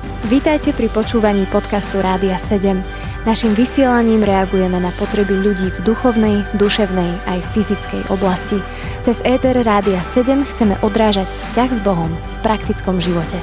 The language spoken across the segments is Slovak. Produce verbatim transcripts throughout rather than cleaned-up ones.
Vítajte pri počúvaní podcastu Rádia sedem. Naším vysielaním reagujeme na potreby ľudí v duchovnej, duševnej aj fyzickej oblasti. Cez éter Rádia sedem chceme odrážať vzťah s Bohom v praktickom živote.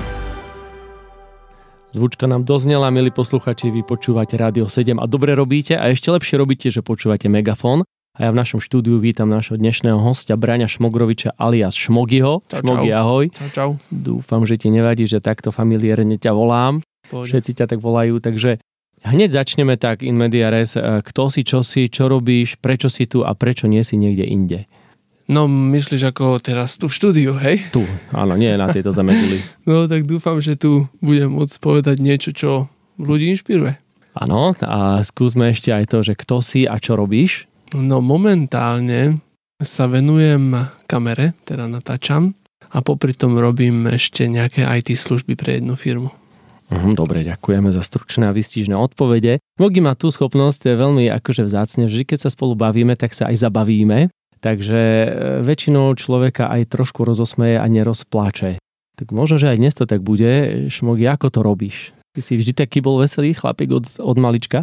Zvučka nám doznela, milí posluchači, vy počúvate Rádio sedem a dobre robíte a ešte lepšie robíte, že počúvate Megafón. A ja v našom štúdiu vítam našho dnešného hostia Braňa Šmogroviča alias Šmogiho. Čau, Šmogi, čau. ahoj. Čau, čau. Dúfam, že ti nevadí, že takto familiárne ťa volám. Poď. Všetci ťa tak volajú, takže hneď začneme tak in media res. Kto si, čo si, čo robíš, prečo si tu a prečo nie si niekde inde? No, myslíš ako teraz tu v štúdiu, hej? Tu, áno, nie na tejto zemeguli. No, tak dúfam, že tu budem môcť povedať niečo, čo ľudí inšpiruje. Áno, a skúsme ešte aj to, že kto si a čo robíš? No, momentálne sa venujem kamere, teda natáčam a popri tom robím ešte nejaké í té služby pre jednu firmu. Mhm, dobre, ďakujeme za stručné a výstižné odpovede. Mogi má tú schopnosť veľmi akože vzácne, že keď sa spolu bavíme, tak sa aj zabavíme, takže väčšinou človeka aj trošku rozosmeje a nerozpláče. Tak možno, že aj dnes to tak bude. Šmogi, ako to robíš? Ty si vždy taký bol veselý chlapík od, od malička?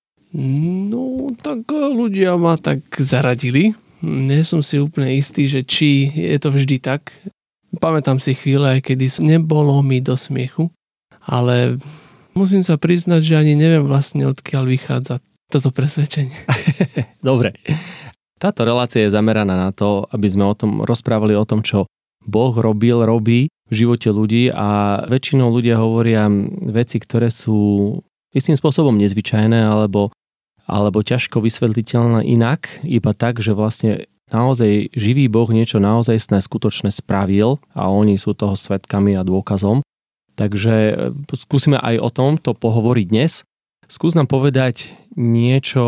No, tak ľudia ma tak zaradili. Nie som si úplne istý, že či je to vždy tak. Pamätám si chvíle, aj kedy nebolo mi do smiechu, ale musím sa priznať, že ani neviem vlastne, odkiaľ vychádza toto presvedčenie. Dobre. Táto relácia je zameraná na to, aby sme o tom rozprávali o tom, čo Boh robil, robí v živote ľudí a väčšinou ľudia hovoria veci, ktoré sú istým spôsobom nezvyčajné alebo, alebo ťažko vysvetliteľné inak, iba tak, že vlastne naozaj živý Boh niečo naozaj skutočné spravil a oni sú toho svedkami a dôkazom. Takže skúsime aj o tomto pohovoriť dnes. Skús nám povedať niečo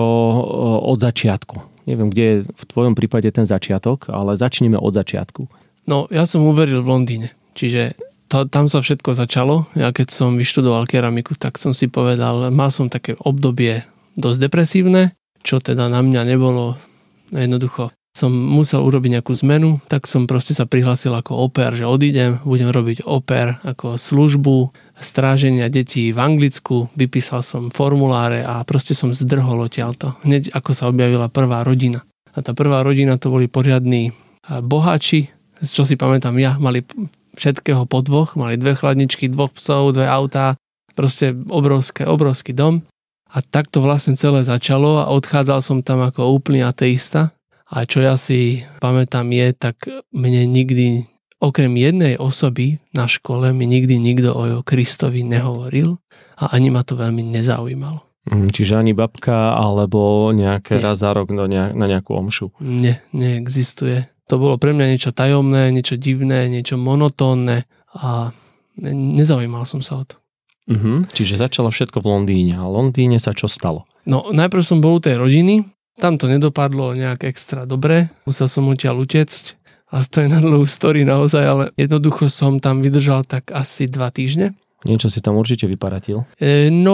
od začiatku. Neviem, kde je v tvojom prípade ten začiatok, ale začneme od začiatku. No, ja som uveril v Londýne, čiže To, tam sa všetko začalo. Ja keď som vyštudoval keramiku, tak som si povedal, mal som také obdobie dosť depresívne, čo teda na mňa nebolo jednoducho. Som musel urobiť nejakú zmenu, tak som proste sa prihlásil ako au pair, že odídem, budem robiť au pair ako službu stráženia detí v Anglicku, vypísal som formuláre a proste som zdrhol odtiaľto. Hneď ako sa objavila prvá rodina. A tá prvá rodina to boli poriadni boháči, čo si pamätám ja, mali všetkého po dvoch, mali dve chladničky, dvoch psov, dve autá, proste obrovské, obrovský dom. A takto vlastne celé začalo a odchádzal som tam ako úplný ateista. A čo ja si pamätám je, tak mne nikdy, okrem jednej osoby na škole, mi nikdy nikto o Kristovi nehovoril a ani ma to veľmi nezaujímalo. Čiže ani babka alebo nejaké raz za rok na nejakú omšu? Nie, neexistuje. To bolo pre mňa niečo tajomné, niečo divné, niečo monotónne a nezaujímal som sa o to. Uh-huh. Čiže začalo všetko v Londýne. A v Londýne sa čo stalo? No, najprv som bol u tej rodiny, tam to nedopadlo nejak extra dobre, musel som odtiaľ utiecť a to je na dlhú story naozaj, ale jednoducho som tam vydržal tak asi dva týždne. Niečo si tam určite vyparatil? E, no,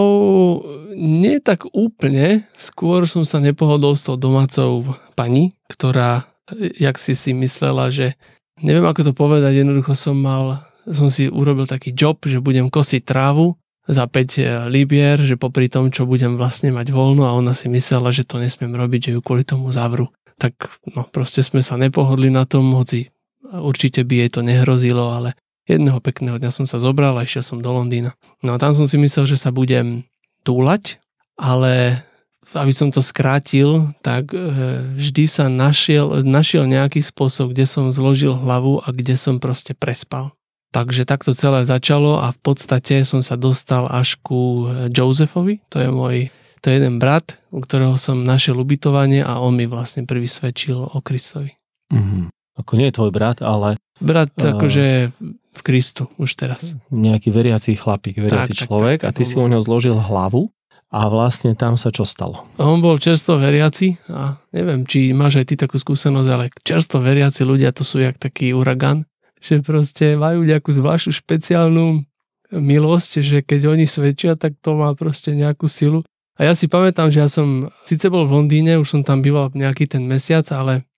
nie tak úplne, skôr som sa nepohodol s tou domácou pani, ktorá jak si si myslela, že neviem ako to povedať, jednoducho som mal, som si urobil taký job, že budem kosiť trávu za päť libier, že popri tom, čo budem vlastne mať voľno a ona si myslela, že to nesmiem robiť, že ju kvôli tomu zavru. Tak no proste sme sa nepohodli na tom, hoci určite by jej to nehrozilo, ale jedného pekného dňa som sa zobral a išiel som do Londýna. No a tam som si myslel, že sa budem túlať, ale aby som to skrátil, tak vždy sa našiel, našiel nejaký spôsob, kde som zložil hlavu a kde som proste prespal. Takže takto celé začalo a v podstate som sa dostal až ku Josephovi, to je môj, to je jeden brat, u ktorého som našiel ubytovanie a on mi vlastne prvý svedčil o Kristovi. Mm-hmm. Ako nie je tvoj brat, ale... Brat uh, akože v Kristu už teraz. Nejaký veriaci chlapík, veriaci tak, človek tak, tak, tak, a ty si u neho zložil hlavu. A vlastne tam sa čo stalo? On bol čerstvo veriaci a neviem, či máš aj ty takú skúsenosť, ale čerstvo veriaci ľudia to sú jak taký uragán, že proste majú nejakú zvláštnu špeciálnu milosť, že keď oni svedčia, tak to má proste nejakú silu. A ja si pamätám, že ja som síce bol v Londýne, už som tam býval nejaký ten mesiac, ale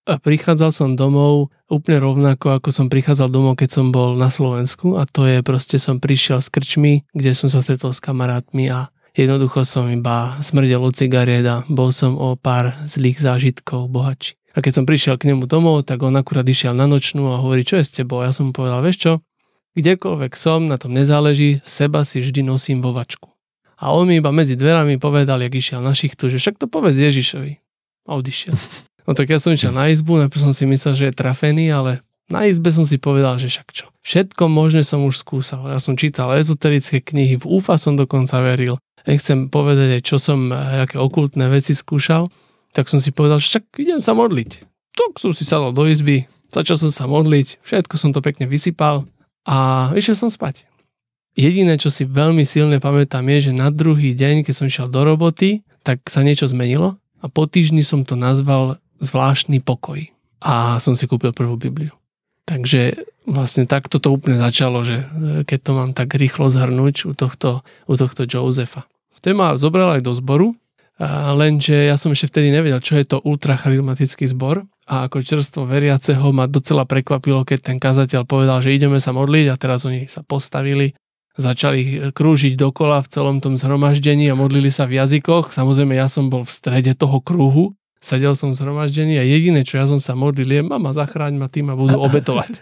A prichádzal som domov úplne rovnako, ako som prichádzal domov, keď som bol na Slovensku, a to je proste, som prišiel z krčmy, kde som sa stretol s kamarátmi a jednoducho som iba smrdel od cigariet a bol som o pár zlých zážitkov bohatší. A keď som prišiel k nemu domov, tak on akurát išiel na nočnú a hovorí, čo je s tebou? Ja som mu povedal, vieš čo, kdekoľvek som, na tom nezáleží, seba si vždy nosím vo vačku. A on mi iba medzi dverami povedal, jak išiel na šichtu, že však to povedz Ježišovi. A odišiel. No tak ja som išiel na izbu, najprv som si myslel, že je trafený, ale na izbe som si povedal, že však čo. Všetko možné som už skúsal. Ja som čítal ezoterické knihy, v úfa som dokonca veril. Nechcem povedať aj, čo som, aké okultné veci skúšal, tak som si povedal, že však idem sa modliť. Tak som si sadol do izby, začal som sa modliť, všetko som to pekne vysypal a išiel som spať. Jediné, čo si veľmi silne pamätám, je, že na druhý deň, keď som išiel do roboty, tak sa niečo zmenilo a po týždni som to nazval zvláštny pokoj. A som si kúpil prvú Bibliu. Takže vlastne takto to úplne začalo, že keď to mám tak rýchlo zhrnúť u tohto, u tohto Josefa. Ten ma zobral aj do zboru, lenže ja som ešte vtedy nevedel, čo je to ultracharizmatický zbor a ako čerstvo veriaceho ma docela prekvapilo, keď ten kazateľ povedal, že ideme sa modliť a teraz oni sa postavili, začali krúžiť dokola v celom tom zhromaždení a modlili sa v jazykoch. Samozrejme, ja som bol v strede toho kruhu, sedel som v zhromaždení a jediné, čo ja som sa modlil, je mama, zachráň ma, tým ma budú obetovať.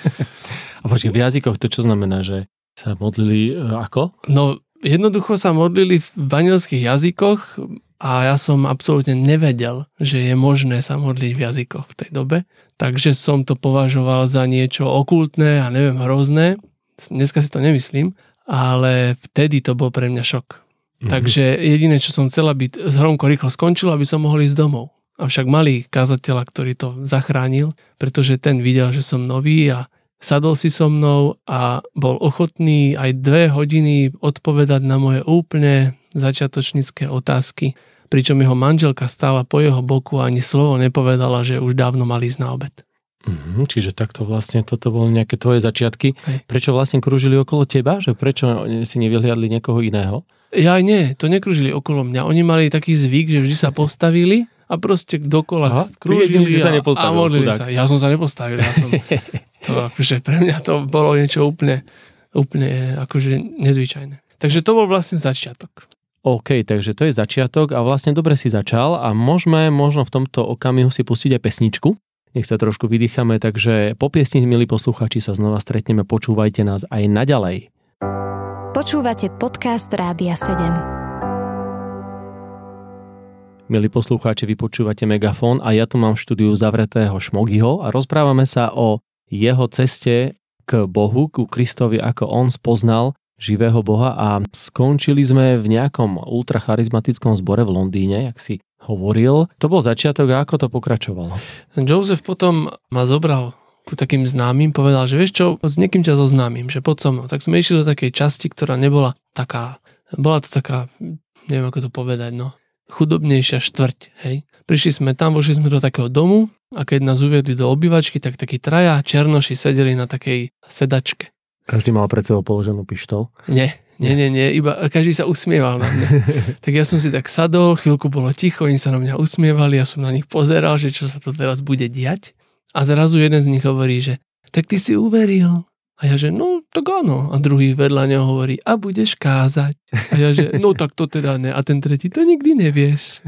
A počkej, v jazykoch to čo znamená, že sa modlili ako? No, jednoducho sa modlili v anielských jazykoch a ja som absolútne nevedel, že je možné sa modliť v jazykoch v tej dobe. Takže som to považoval za niečo okultné a neviem, hrozné. Dneska si to nemyslím, ale vtedy to bol pre mňa šok. Mm-hmm. Takže jediné, čo som chcel, aby hromko rýchlo skončilo, aby som mohol ísť domov. Avšak malý kazateľa, ktorý to zachránil, pretože ten videl, že som nový a sadol si so mnou a bol ochotný aj dve hodiny odpovedať na moje úplne začiatočnícke otázky, pričom jeho manželka stála po jeho boku a ani slovo nepovedala, že už dávno mal ísť na obed. Mm, čiže takto vlastne toto boli nejaké tvoje začiatky. Hej. Prečo vlastne krúžili okolo teba? Že prečo si nevyhliadli niekoho iného? Ja aj nie, to nekrúžili okolo mňa. Oni mali taký zvyk, že vždy sa postavili a proste dokola krúžili a, a modlili sa. Ja som sa nepostavil. Ja som, to, akože pre mňa to bolo niečo úplne, úplne akože nezvyčajné. Takže to bol vlastne začiatok. OK, takže to je začiatok a vlastne dobre si začal a môžeme možno v tomto okamihu si pustiť aj pesničku. Nech sa trošku vydýchame, takže po piesni, milí poslucháči, sa znova stretneme, počúvajte nás aj naďalej. Počúvate podcast Rádia sedem. Milí poslucháči, vy počúvate Megafón a ja tu mám v štúdiu zavretého Šmogyho a rozprávame sa o jeho ceste k Bohu, ku Kristovi, ako on spoznal živého Boha a skončili sme v nejakom ultracharizmatickom zbore v Londýne, jak si hovoril. To bol začiatok a ako to pokračovalo? Joseph potom ma zobral ku takým známym, povedal, že vieš čo, s niekým ťa zoznámim, že poď so mnou. Tak sme išli do takej časti, ktorá nebola taká, bola to taká, neviem ako to povedať, no, chudobnejšia štvrť, hej. Prišli sme tam, vošli sme do takého domu a keď nás uviedli do obývačky, tak takí traja černoši sedeli na takej sedačke. Každý mal pred sebou položenú pištol? Nie, nie, nie, nie, iba každý sa usmieval na mňa. Tak ja som si tak sadol, chvíľku bolo ticho, oni sa na mňa usmievali, ja som na nich pozeral, že čo sa to teraz bude diať. A zrazu jeden z nich hovorí, že tak ty si uveril. A ja, že no, tak áno. A druhý vedľa neho hovorí, a budeš kázať. A ja, že no, tak to teda ne. A ten tretí, to nikdy nevieš.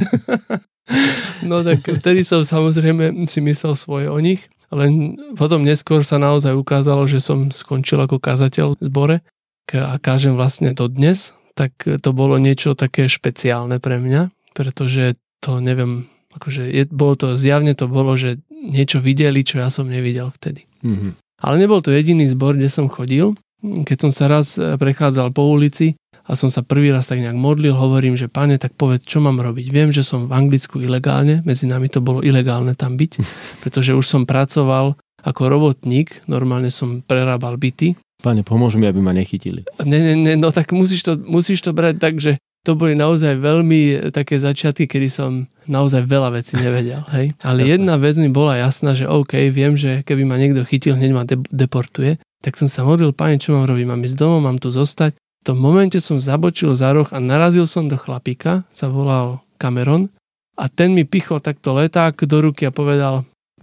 No tak vtedy som samozrejme si myslel svoje o nich. Len potom neskôr sa naozaj ukázalo, že som skončil ako kazateľ v zbore a kážem vlastne dodnes. Tak to bolo niečo také špeciálne pre mňa, pretože to neviem, akože je, bolo to, zjavne to bolo, že niečo videli, čo ja som nevidel vtedy. Mm-hmm. Ale nebol to jediný zbor, kde som chodil. Keď som sa raz prechádzal po ulici a som sa prvý raz tak nejak modlil, hovorím, že pane, tak povedz, čo mám robiť. Viem, že som v Anglicku ilegálne, medzi nami to bolo ilegálne tam byť, pretože už som pracoval ako robotník, normálne som prerábal byty. Pane, pomôž mi, aby ma nechytili. Ne, ne, ne, no tak musíš to, musíš to brať tak, že to boli naozaj veľmi také začiatky, kedy som naozaj veľa vecí nevedel. Hej? Ale Jasne. Jedna vec mi bola jasná, že OK, viem, že keby ma niekto chytil, hneď ma de- deportuje. Tak som sa modlil, pane, čo mám robiť? Mám ísť domov, mám tu zostať. V tom momente som zabočil za roh a narazil som do chlapíka, sa volal Cameron, a ten mi pichol takto leták do ruky a povedal,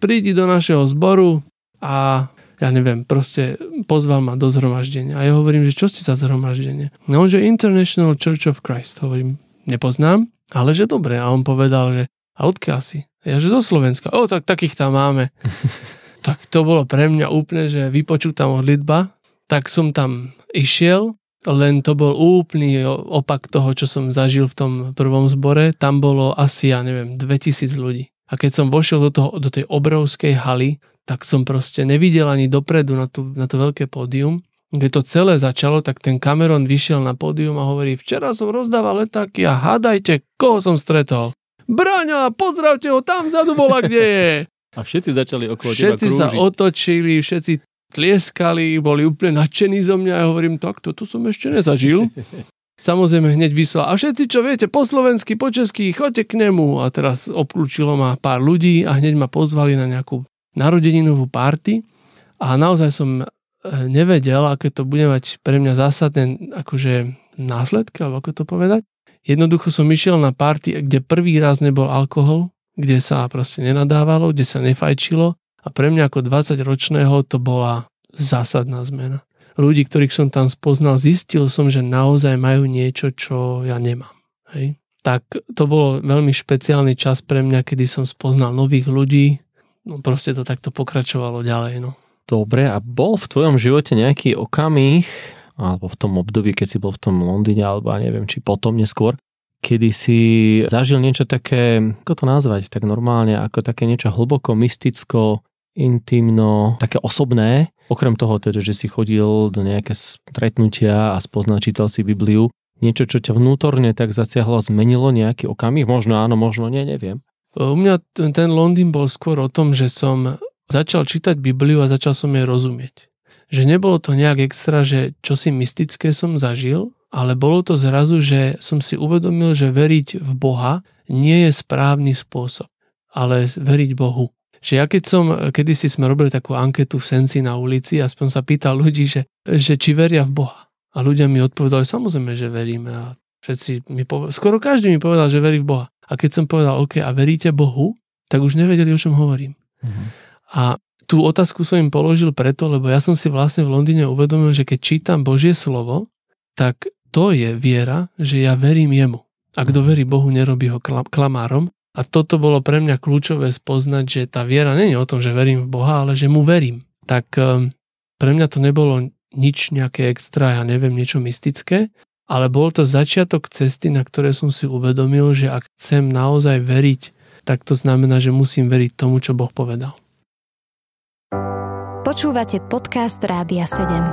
prídi do našeho zboru a ja neviem, proste pozval ma do zhromaždenia. A ja hovorím, že čo ste za zhromaždenie? No, že International Church of Christ. Hovorím, nepoznám, ale že dobre. A on povedal, že a odkiaľ si? Ja, že zo Slovenska. O, tak takých tam máme. Tak to bolo pre mňa úplne, že vypočutá modlitba. Tak som tam išiel, len to bol úplný opak toho, čo som zažil v tom prvom zbore. Tam bolo asi, ja neviem, dvetisíc ľudí. A keď som vošiel do, toho, do tej obrovskej haly, tak som proste nevidel ani dopredu na, tú, na to veľké pódium. Keď to celé začalo, tak ten Cameron vyšiel na pódium a hovorí, včera som rozdával letáky a hádajte, koho som stretol. Braňa, pozdravte ho, tam vzadu bola, kde je. A všetci začali okolo všetci teba krúžiť. Všetci sa otočili, všetci tlieskali, boli úplne nadšení zo mňa a ja hovorím, tak toto som ešte nezažil. Samozrejme hneď vyslal. A všetci, čo viete po slovensky, po česky, choďte k nemu. A teraz obklúčilo ma pár ľudí a hneď ma pozvali na nejakú narodeninovú party. A naozaj som nevedel, aké to bude mať pre mňa zásadné akože následky, alebo ako to povedať. Jednoducho som išiel na party, kde prvý raz nebol alkohol, kde sa proste nenadávalo, kde sa nefajčilo. A pre mňa ako dvadsaťročného to bola zásadná zmena. Ľudí, ktorých som tam spoznal, zistil som, že naozaj majú niečo, čo ja nemám. Hej. Tak to bolo veľmi špeciálny čas pre mňa, kedy som spoznal nových ľudí. No proste to takto pokračovalo ďalej. No. Dobre, a bol v tvojom živote nejaký okamih, alebo v tom období, keď si bol v tom Londýne, alebo neviem, či potom neskôr, kedy si zažil niečo také, ako to nazvať, tak normálne, ako také niečo hlboko, mysticko, intimno, také osobné, okrem toho teda, že si chodil do nejaké stretnutia a spoznal, čítal si Bibliu, niečo, čo ťa vnútorne tak zasiahlo, zmenilo nejaký okamih? Možno áno, možno nie, neviem. U mňa ten Londýn bol skôr o tom, že som začal čítať Bibliu a začal som jej rozumieť. Že nebolo to nejak extra, že čosi mystické som zažil, ale bolo to zrazu, že som si uvedomil, že veriť v Boha nie je správny spôsob, ale veriť Bohu. Že ja keď som, kedysi sme robili takú anketu v Senci na ulici, aspoň sa pýtal ľudí, že, že či veria v Boha. A ľudia mi odpovedali, samozrejme, že veríme. A všetci mi povedali, skoro každý mi povedal, že verí v Boha. A keď som povedal, OK, a veríte Bohu, tak už nevedeli, o čom hovorím. Mhm. A tú otázku som im položil preto, lebo ja som si vlastne v Londýne uvedomil, že keď čítam Božie slovo, tak to je viera, že ja verím jemu. A kto verí Bohu, nerobí ho klamárom. A toto bolo pre mňa kľúčové spoznať, že tá viera nie je o tom, že verím v Boha, ale že mu verím. Tak pre mňa to nebolo nič nejaké extra, ja neviem, niečo mystické, ale bol to začiatok cesty, na ktoré som si uvedomil, že ak chcem naozaj veriť, tak to znamená, že musím veriť tomu, čo Boh povedal. Počúvate podcast Rádia sedem.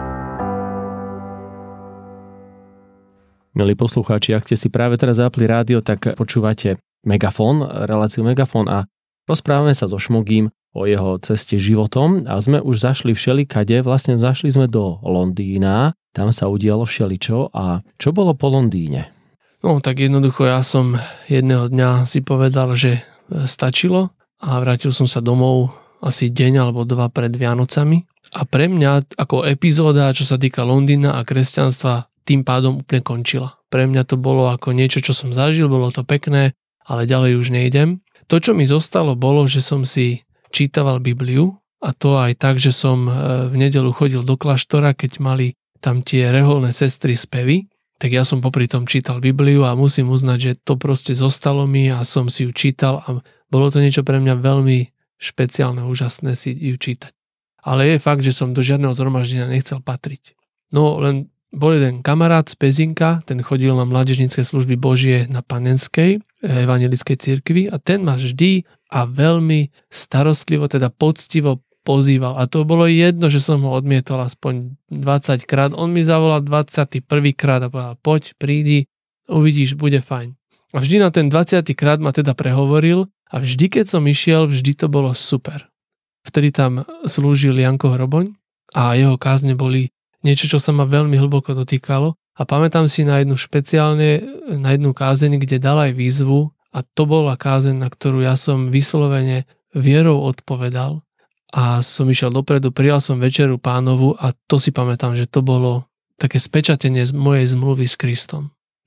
Milí poslucháči, ak ste si práve teraz zapli rádio, tak počúvate Megafón, reláciu Megafón a rozprávame sa so Šmogím o jeho ceste životom a sme už zašli všelikade, vlastne zašli sme do Londýna, tam sa udialo všeličo a čo bolo po Londýne? No tak jednoducho ja som jedného dňa si povedal, že stačilo a vrátil som sa domov asi deň alebo dva pred Vianocami a pre mňa ako epizóda, čo sa týka Londýna a kresťanstva, tým pádom úplne končila. Pre mňa to bolo ako niečo, čo som zažil, bolo to pekné, ale ďalej už nejdem. To, čo mi zostalo, bolo, že som si čítaval Bibliu a to aj tak, že som v nedeľu chodil do kláštora, keď mali tam tie reholné sestry spevy, tak ja som popri tom čítal Bibliu a musím uznať, že to proste zostalo mi a som si ju čítal a bolo to niečo pre mňa veľmi špeciálne, úžasné si ju čítať. Ale je fakt, že som do žiadneho zhromaždenia nechcel patriť. No len bol jeden kamarát z Pezinka, ten chodil na mládežnícke služby Božie na Panenskej evanjelickej cirkvi a ten ma vždy a veľmi starostlivo, teda poctivo pozýval. A to bolo jedno, že som ho odmietol aspoň dvadsať krát. On mi zavolal dvadsiaty prvý krát a povedal, poď, prídi, uvidíš, bude fajn. A vždy na ten dvadsiaty krát ma teda prehovoril a vždy, keď som išiel, vždy to bolo super. Vtedy tam slúžil Janko Hroboň a jeho kázne boli niečo, čo sa ma veľmi hlboko dotýkalo. A pamätám si na jednu špeciálne, na jednu kázeň, kde dal aj výzvu a to bola kázeň, na ktorú ja som vyslovene vierou odpovedal a som išiel dopredu, prijal som večeru Pánovu a to si pamätám, že to bolo také spečatenie z mojej zmluvy s Kristom.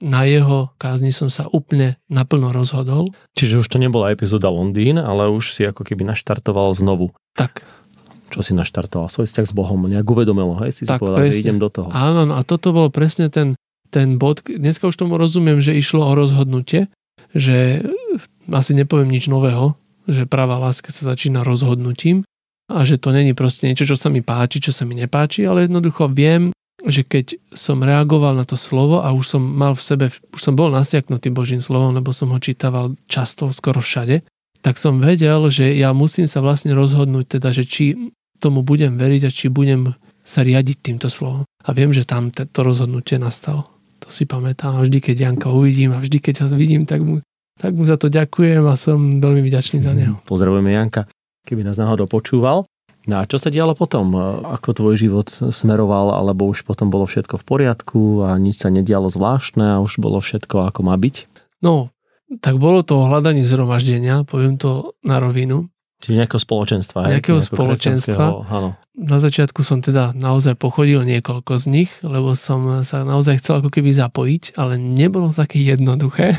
na jeho kázni som sa úplne naplno rozhodol. Čiže už to nebola epizóda Londýn, ale už si ako keby naštartoval znovu. Tak. Čo si naštartoval? Svoj vzťah s Bohom nejak uvedomilo, hej? Si tak, si povedal, presne. že idem do toho. Áno, a toto bolo presne ten, ten bod. Dneska už tomu rozumiem, že išlo o rozhodnutie, že asi nepoviem nič nového, že pravá láska sa začína rozhodnutím a že to není proste niečo, čo sa mi páči, čo sa mi nepáči, ale jednoducho viem, že keď som reagoval na to slovo a už som mal v sebe, už som bol nasiaknutý Božím slovom, lebo som ho čítaval často, skoro všade, tak som vedel, že ja musím sa vlastne rozhodnúť teda, že či tomu budem veriť a či budem sa riadiť týmto slovom. A viem, že tam to rozhodnutie nastalo. To si pamätám. A vždy, keď Janka uvidím a vždy, keď ho vidím, tak mu, tak mu za to ďakujem a som veľmi vďačný za neho. Pozdravujeme Janka, keby nás náhodou počúval. No a čo sa dialo potom? Ako tvoj život smeroval, alebo už potom bolo všetko v poriadku a nič sa nedialo zvláštne a už bolo všetko ako má byť? No, tak bolo to o hľadaní zhromaždenia, poviem to na rovinu. Čiže nejakého spoločenstva. Nejakého spoločenstva. Áno. Na začiatku som teda naozaj pochodil niekoľko z nich, lebo som sa naozaj chcel ako keby zapojiť, ale nebolo také jednoduché.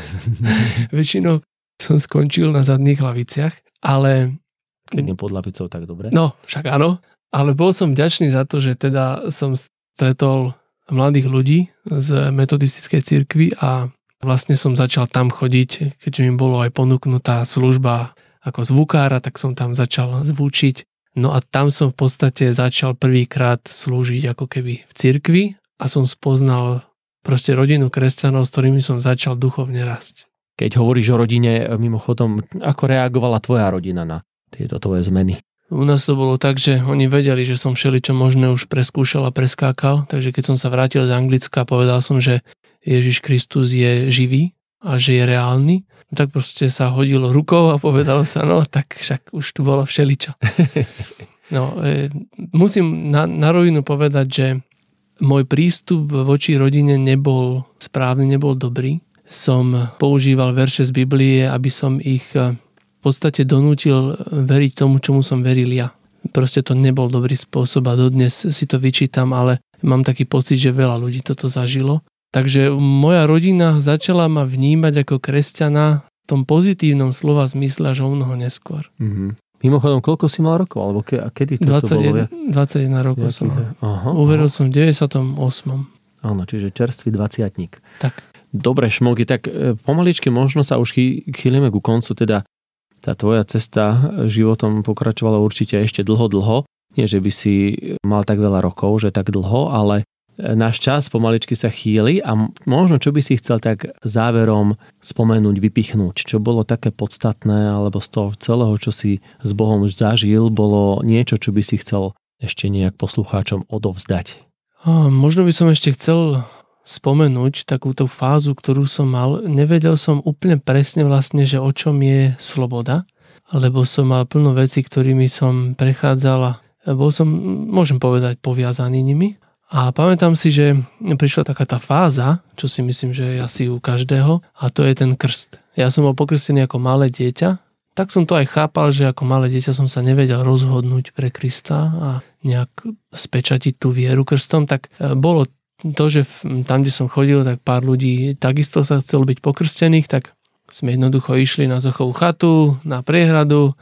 Väčšinou som skončil na zadných laviciach, ale... Keď nie pod lavicou, tak dobre. No, však áno. Ale bol som vďačný za to, že teda som stretol mladých ľudí z metodistickej cirkvi a vlastne som začal tam chodiť, keďže mi bolo aj ponúknutá služba ako zvukára, tak som tam začal zvučiť. No a tam som v podstate začal prvýkrát slúžiť ako keby v cirkvi a som spoznal proste rodinu kresťanov, s ktorými som začal duchovne rásť. Keď hovoríš o rodine, mimochodom, ako reagovala tvoja rodina na tieto tvoje zmeny? U nás to bolo tak, že oni vedeli, že som všeličo možné už preskúšal a preskákal, takže keď som sa vrátil z Anglicka a povedal som, že Ježiš Kristus je živý a že je reálny, tak proste sa hodilo rukou a povedalo sa, no tak však už tu bolo všeličo. No, e, musím na, na rovinu povedať, že môj prístup voči rodine nebol správny, nebol dobrý. Som používal verše z Biblie, aby som ich v podstate donútil veriť tomu, čomu som veril ja. Proste to nebol dobrý spôsob a dodnes si to vyčítam, ale mám taký pocit, že veľa ľudí toto zažilo. Takže moja rodina začala ma vnímať ako kresťana v tom pozitívnom slova zmysle až o mnoho neskôr. Mm-hmm. Mimochodom, koľko si mal rokov? Alebo ke, a kedy to dvadsaťjeden, bolo? dvadsaťjeden rokov som mal. Aha, Uveril aha. som v deväťdesiatom ôsmom. Áno, čiže čerstvý dvadsiatnik. Tak. Dobre, Šmogy, tak pomaličky možno sa už chýlime ku koncu, teda tá tvoja cesta životom pokračovala určite ešte dlho, dlho. Nie, že by si mal tak veľa rokov, že tak dlho, ale náš čas pomaličky sa chýli a možno, čo by si chcel tak záverom spomenúť, vypichnúť, čo bolo také podstatné, alebo z toho celého, čo si s Bohom už zažil, bolo niečo, čo by si chcel ešte nejak poslucháčom odovzdať. A možno by som ešte chcel spomenúť takúto fázu, ktorú som mal. Nevedel som úplne presne vlastne, že o čom je sloboda, lebo som mal plno vecí, ktorými som prechádzal a bol som, môžem povedať, poviazaný nimi. A pamätám si, že prišla taká tá fáza, čo si myslím, že je asi u každého, a to je ten krst. Ja som bol pokrstený ako malé dieťa, tak som to aj chápal, že ako malé dieťa som sa nevedel rozhodnúť pre Krista a nejak spečatiť tú vieru krstom, tak bolo to, že tam, kde som chodil, tak pár ľudí takisto sa chcelo byť pokrstených, tak sme jednoducho išli na Zochovú chatu, na priehradu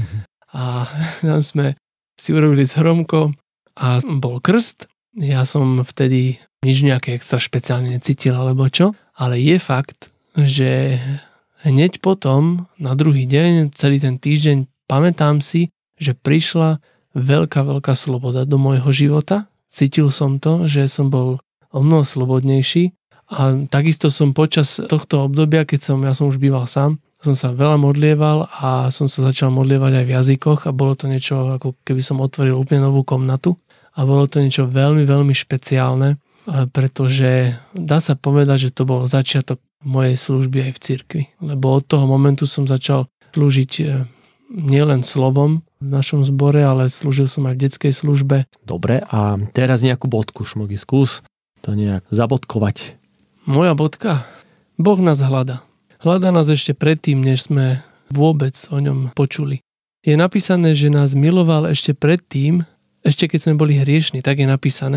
a tam sme si urobili zhromko a bol krst. Ja som vtedy nič nejaké extra špeciálne necítil alebo čo, ale je fakt, že hneď potom, na druhý deň, celý ten týždeň, pamätám si, že prišla veľká, veľká sloboda do môjho života. Cítil som to, že som bol o mnoho slobodnejší a takisto som počas tohto obdobia, keď som, ja som už býval sám, som sa veľa modlieval a som sa začal modlievať aj v jazykoch a bolo to niečo, ako keby som otvoril úplne novú komnatu a bolo to niečo veľmi, veľmi špeciálne, pretože dá sa povedať, že to bol začiatok mojej služby aj v cirkvi, lebo od toho momentu som začal slúžiť nielen slovom v našom zbore, ale slúžil som aj v detskej službe. Dobre, a teraz nejakú bodku, Šmogy, skús to nejak zabodkovať. Moja bodka? Boh nás hľadá. Hľadá nás ešte predtým, než sme vôbec o ňom počuli. Je napísané, že nás miloval ešte predtým, ešte keď sme boli hriešni, tak je napísané.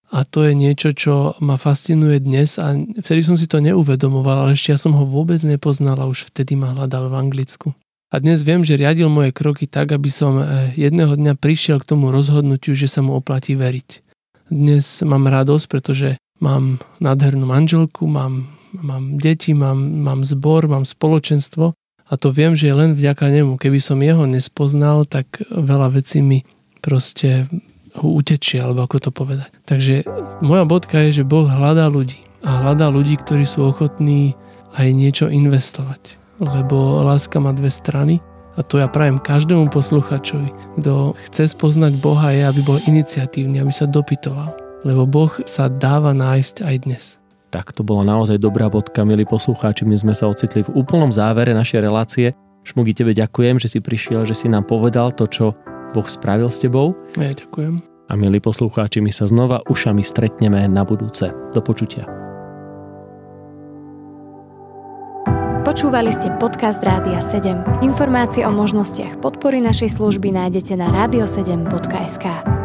A to je niečo, čo ma fascinuje dnes a vtedy som si to neuvedomoval, ale ešte ja som ho vôbec nepoznal a už vtedy ma hľadal v Anglicku. A dnes viem, že riadil moje kroky tak, aby som jedného dňa prišiel k tomu rozhodnutiu, že sa mu oplatí veriť. Dnes mám radosť, pretože mám nádhernú manželku, mám, mám deti, mám, mám zbor, mám spoločenstvo a to viem, že je len vďaka nemu. Keby som jeho nespoznal, tak veľa vecí mi proste utečie, alebo ako to povedať. Takže moja bodka je, že Boh hľadá ľudí a hľadá ľudí, ktorí sú ochotní aj niečo investovať, lebo láska má dve strany a to ja prajem každému posluchačovi, kto chce spoznať Boha, je, aby bol iniciatívny, aby sa dopytoval, lebo Boh sa dáva nájsť aj dnes. Tak to bola naozaj dobrá bodka, milí poslucháči, my sme sa ocitli v úplnom závere našej relácie. Šmugi, tebe ďakujem, že si prišiel, že si nám povedal to, čo Boh spravil s tebou. Ja ďakujem. A milí poslucháči, my sa znova ušami stretneme na budúce. Do počutia. Počúvali ste podcast Rádia sedem. Informácie o možnostiach podpory našej služby nájdete na radio sedem bodka es ká.